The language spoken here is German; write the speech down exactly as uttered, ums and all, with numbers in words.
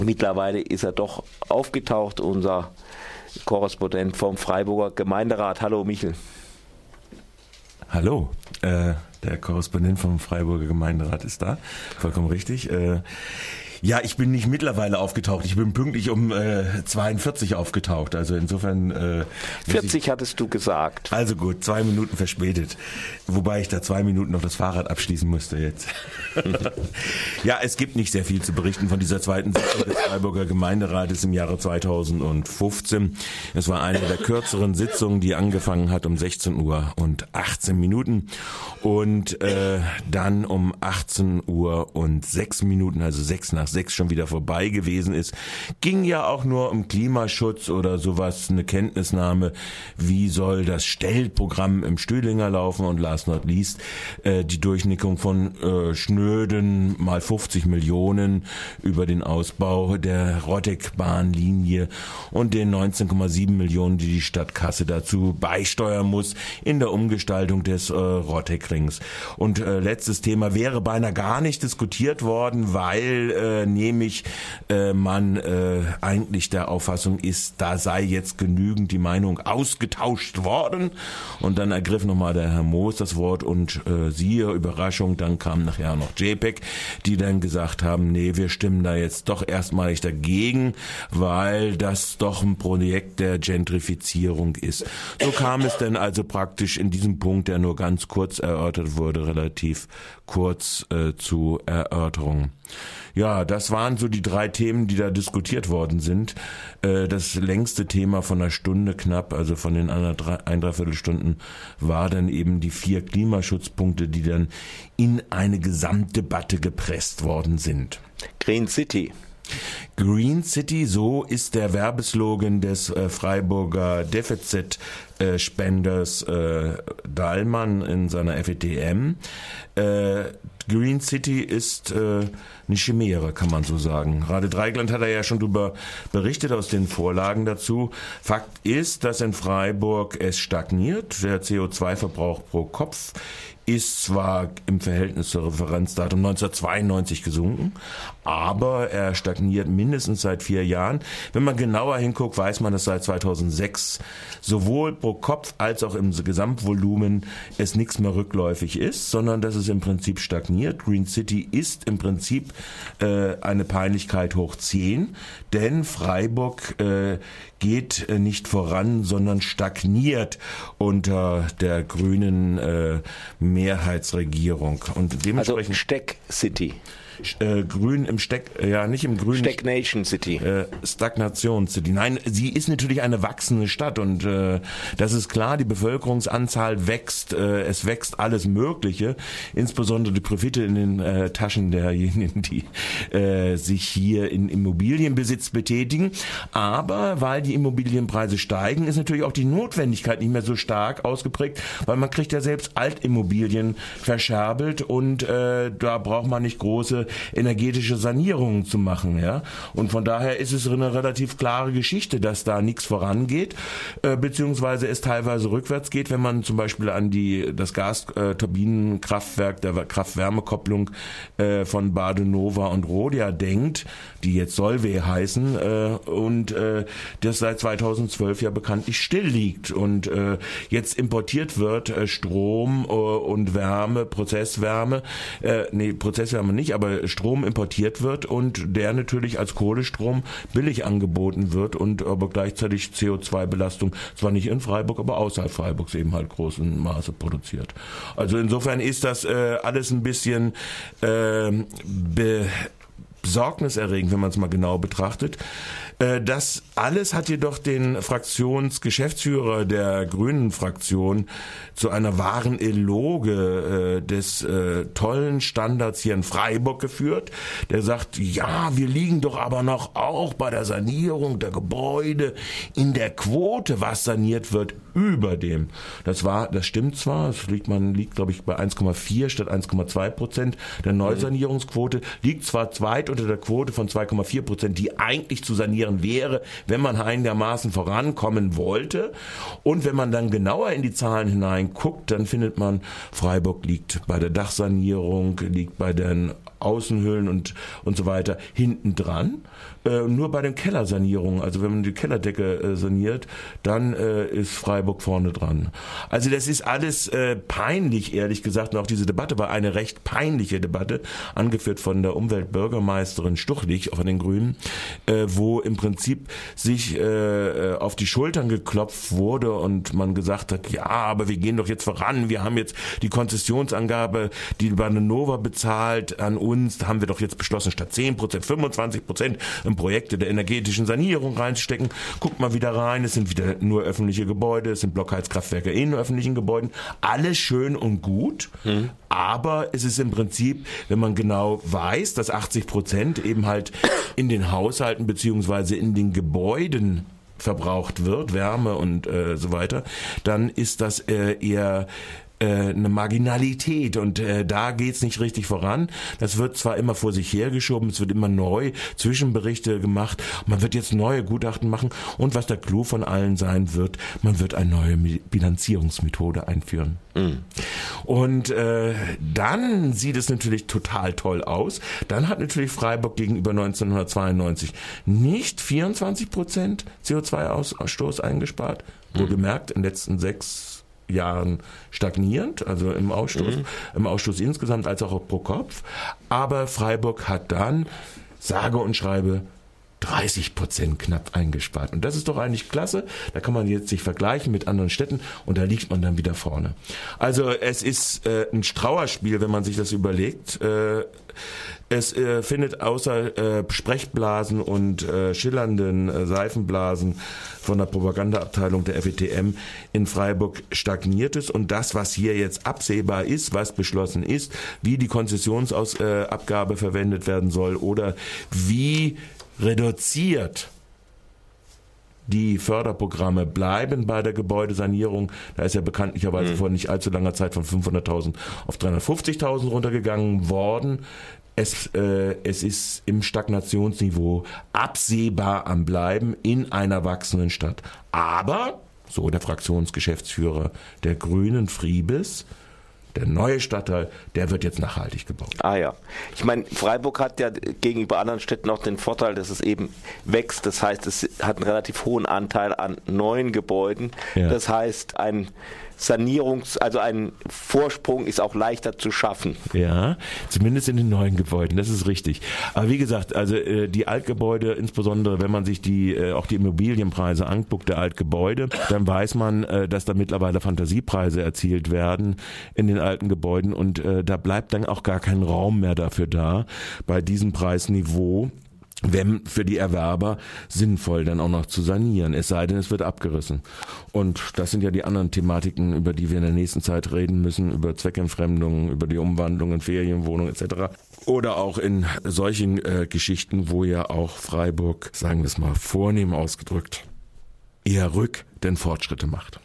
Mittlerweile ist er doch aufgetaucht, unser Korrespondent vom Freiburger Gemeinderat. Hallo Michel. Hallo, äh, der Korrespondent vom Freiburger Gemeinderat ist da, vollkommen richtig. Äh, ja, ich bin nicht mittlerweile aufgetaucht, ich bin pünktlich um äh, zweiundvierzig aufgetaucht, also insofern... Äh, vierzig ich, hattest du gesagt. Also gut, zwei Minuten verspätet, wobei ich da zwei Minuten noch das Fahrrad abschließen musste jetzt. Ja, es gibt nicht sehr viel zu berichten von dieser zweiten Sitzung des Freiburger Gemeinderates im Jahre zweitausendfünfzehn. Es war eine der kürzeren Sitzungen, die angefangen hat um sechzehn Uhr und achtzehn Minuten und äh, dann um achtzehn Uhr und sechs Minuten, also sechs nach sechs schon wieder vorbei gewesen ist. Ging ja auch nur um Klimaschutz oder sowas, eine Kenntnisnahme, wie soll das Stellprogramm im Stühlinger laufen und last not least äh, die Durchnickung von äh, schnöden mal fünfzig Millionen über den Ausbau der Rotteck-Bahnlinie und den neunzehn Komma sieben Millionen, die die Stadtkasse dazu beisteuern muss in der Umgestaltung des äh, Rotteck-Rings. Und äh, letztes Thema wäre beinahe gar nicht diskutiert worden, weil äh, nämlich äh, man äh, eigentlich der Auffassung ist, da sei jetzt genügend die Meinung ausgetauscht worden. Und dann ergriff nochmal der Herr Moos das Wort und äh, siehe Überraschung, dann kam nachher noch J P E G, die dann gesagt haben, nee, wir stimmen da jetzt doch erstmalig dagegen, weil das doch ein Projekt der Gentrifizierung ist. So kam es dann also praktisch in diesem Punkt, der nur ganz kurz erörtert wurde, relativ kurz äh, zu Erörterung. Ja, das waren so die drei Themen, die da diskutiert worden sind. Das längste Thema von einer Stunde knapp, also von den ein, dreiviertel Stunden, war dann eben die vier Klimaschutzpunkte, die dann in eine Gesamtdebatte gepresst worden sind. Green City. Green City, so ist der Werbeslogan des äh, Freiburger Defizitspenders äh, Dahlmann in seiner F E T M. Äh, Green City ist äh, eine Chimäre, kann man so sagen. Rade Dreigland hat er ja schon darüber berichtet aus den Vorlagen dazu. Fakt ist, dass in Freiburg es stagniert. Der C O zwei Verbrauch pro Kopf ist zwar im Verhältnis zur Referenzdatum neunzehnhundertzweiundneunzig gesunken, aber er stagniert mindestens seit vier Jahren. Wenn man genauer hinguckt, weiß man, dass seit zweitausendsechs sowohl pro Kopf als auch im Gesamtvolumen es nichts mehr rückläufig ist, sondern dass es im Prinzip stagniert. Green City ist im Prinzip äh, eine Peinlichkeit hoch zehn, denn Freiburg äh, geht äh, nicht voran, sondern stagniert unter der grünen äh, Mehrheitsregierung. Und dementsprechend also Steck City. Äh, grün im Steck, ja nicht im grünen. Stagnation City. Äh, Stagnation City. Nein, sie ist natürlich eine wachsende Stadt und äh, das ist klar, die Bevölkerungsanzahl wächst, äh, es wächst alles Mögliche, insbesondere die Profite in den äh, Taschen derjenigen, die äh, sich hier in Immobilienbesitz betätigen. Aber weil die Immobilienpreise steigen, ist natürlich auch die Notwendigkeit nicht mehr so stark ausgeprägt, weil man kriegt ja selbst Altimmobilien verscherbelt und äh, da braucht man nicht große energetische Sanierungen zu machen, ja. Und von daher ist es eine relativ klare Geschichte, dass da nichts vorangeht, äh, beziehungsweise es teilweise rückwärts geht, wenn man zum Beispiel an die das Gasturbinenkraftwerk der Kraft-Wärme-Kopplung äh, von Badenova und Rhodia denkt, die jetzt Solvay heißen äh, und äh, das seit zweitausendzwölf ja bekanntlich still liegt und äh, jetzt importiert wird äh, Strom äh, und Wärme, Prozesswärme, äh, nee, Prozesswärme nicht, aber Strom importiert wird und der natürlich als Kohlestrom billig angeboten wird und aber gleichzeitig C O zwei Belastung zwar nicht in Freiburg, aber außerhalb Freiburgs eben halt großen Maße produziert. Also insofern ist das äh, alles ein bisschen äh, be besorgniserregend, wenn man es mal genau betrachtet. Das alles hat jedoch den Fraktionsgeschäftsführer der Grünen-Fraktion zu einer wahren Eloge äh, des äh, tollen Standards hier in Freiburg geführt. Der sagt, ja, wir liegen doch aber noch auch bei der Sanierung der Gebäude in der Quote, was saniert wird, über dem. Das war, das stimmt zwar, es liegt, man liegt, glaube ich, bei eins Komma vier statt eins Komma zwei Prozent der Neusanierungsquote, liegt zwar zweit unter der Quote von zwei Komma vier Prozent, die eigentlich zu sanieren wäre, wenn man einigermaßen vorankommen wollte. Und wenn man dann genauer in die Zahlen hineinguckt, dann findet man, Freiburg liegt bei der Dachsanierung, liegt bei den Außenhüllen und und so weiter hinten dran. Äh, nur bei den Kellersanierungen, also wenn man die Kellerdecke äh, saniert, dann äh, ist Freiburg vorne dran. Also das ist alles äh, peinlich, ehrlich gesagt. Und auch diese Debatte war eine recht peinliche Debatte, angeführt von der Umweltbürgermeisterin Stuchlich von den Grünen, äh, wo im Prinzip sich äh, auf die Schultern geklopft wurde und man gesagt hat, ja, aber wir gehen doch jetzt voran, wir haben jetzt die Konzessionsangabe, die Badenova bezahlt an uns, da haben wir doch jetzt beschlossen, statt zehn Prozent, fünfundzwanzig Prozent in Projekte der energetischen Sanierung reinstecken. Guckt mal wieder rein, es sind wieder nur öffentliche Gebäude, es sind Blockheizkraftwerke in öffentlichen Gebäuden. Alles schön und gut, hm. aber es ist im Prinzip, wenn man genau weiß, dass achtzig Prozent eben halt in den Haushalten beziehungsweise in den Gebäuden verbraucht wird, Wärme und äh, so weiter, dann ist das äh, eher eine Marginalität und äh, da geht's nicht richtig voran. Das wird zwar immer vor sich hergeschoben, es wird immer neu Zwischenberichte gemacht, man wird jetzt neue Gutachten machen und was der Clou von allen sein wird, man wird eine neue Bilanzierungsmethode einführen. Mhm. Und äh, dann sieht es natürlich total toll aus. Dann hat natürlich Freiburg gegenüber neunzehnhundertzweiundneunzig nicht vierundzwanzig Prozent C O zwei Ausstoß eingespart. Wohlgemerkt, in den letzten sechs Jahren stagnierend, also im Ausstoß, mhm. im Ausstoß insgesamt als auch pro Kopf. Aber Freiburg hat dann, sage und schreibe, dreißig Prozent knapp eingespart. Und das ist doch eigentlich klasse. Da kann man jetzt sich vergleichen mit anderen Städten und da liegt man dann wieder vorne. Also es ist äh, ein Strauerspiel, wenn man sich das überlegt. Äh, Es äh, findet außer äh, Sprechblasen und äh, schillernden äh, Seifenblasen von der Propagandaabteilung der F E T M in Freiburg stagniert es. Und das, was hier jetzt absehbar ist, was beschlossen ist, wie die Konzessionsabgabe äh, verwendet werden soll oder wie reduziert die Förderprogramme bleiben bei der Gebäudesanierung. Da ist ja bekanntlicherweise mhm. vor nicht allzu langer Zeit von fünfhunderttausend auf dreihundertfünfzigtausend runtergegangen worden. Es, äh, es ist im Stagnationsniveau absehbar am Bleiben in einer wachsenden Stadt. Aber, so der Fraktionsgeschäftsführer der Grünen, Friebes, der neue Stadtteil, der wird jetzt nachhaltig gebaut. Ah ja. Ich meine, Freiburg hat ja gegenüber anderen Städten auch den Vorteil, dass es eben wächst. Das heißt, es hat einen relativ hohen Anteil an neuen Gebäuden. Ja. Das heißt, ein Sanierungs-, also ein Vorsprung ist auch leichter zu schaffen. Ja, zumindest in den neuen Gebäuden, das ist richtig. Aber wie gesagt, also äh, die Altgebäude, insbesondere wenn man sich die äh, auch die Immobilienpreise anguckt, der Altgebäude, dann weiß man, äh, dass da mittlerweile Fantasiepreise erzielt werden in den alten Gebäuden und äh, da bleibt dann auch gar kein Raum mehr dafür da, bei diesem Preisniveau, wenn für die Erwerber sinnvoll dann auch noch zu sanieren, es sei denn, es wird abgerissen. Und das sind ja die anderen Thematiken, über die wir in der nächsten Zeit reden müssen, über Zweckentfremdung, über die Umwandlung in Ferienwohnungen et cetera. Oder auch in solchen äh, Geschichten, wo ja auch Freiburg, sagen wir es mal vornehm ausgedrückt, eher Rück- denn Fortschritte macht.